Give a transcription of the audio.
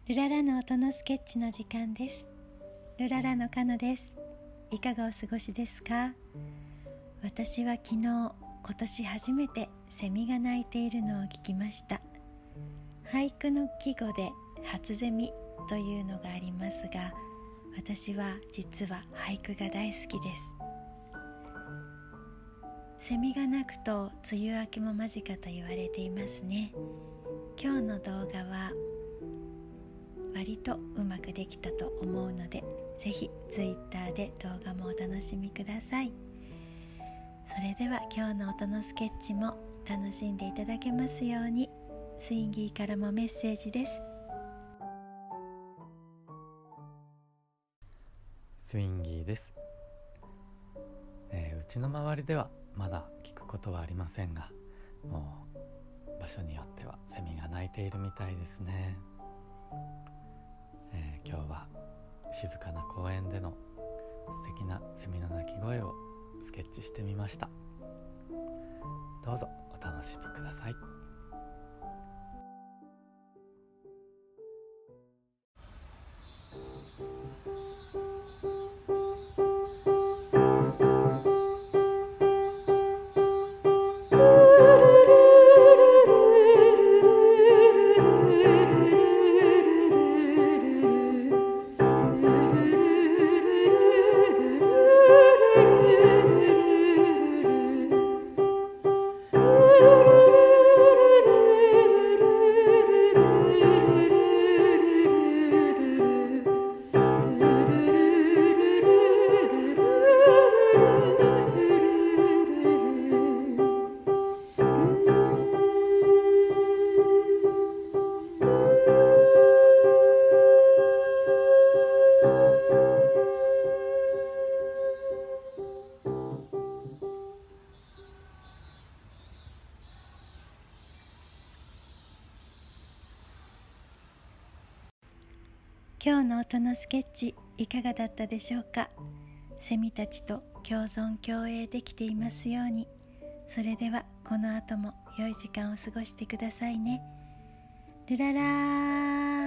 ルララの音のスケッチの時間です。ルララのかのです。いかがお過ごしですか？私は昨日、今年初めてセミが鳴いているのを聞きました。俳句の季語で初ゼミというのがありますが、私は実は俳句が大好きです。セミが鳴くと梅雨明けも間近と言われていますね。今日の動画は割とうまくできたと思うので、ぜひ Twitter で動画もお楽しみください。それでは今日の音のスケッチも楽しんでいただけますように。スインギーからもメッセージです。 スインギーです。うちの周りではまだ聞くことはありませんが、もう場所によってはセミが鳴いているみたいですね。今日は静かな公園での素敵なセミの鳴き声をスケッチしてみました。どうぞお楽しみください。 今日の音のスケッチいかがだったでしょうか？セミたちと共存共栄できていますように。それではこの後も良い時間を過ごしてくださいね。ルララー。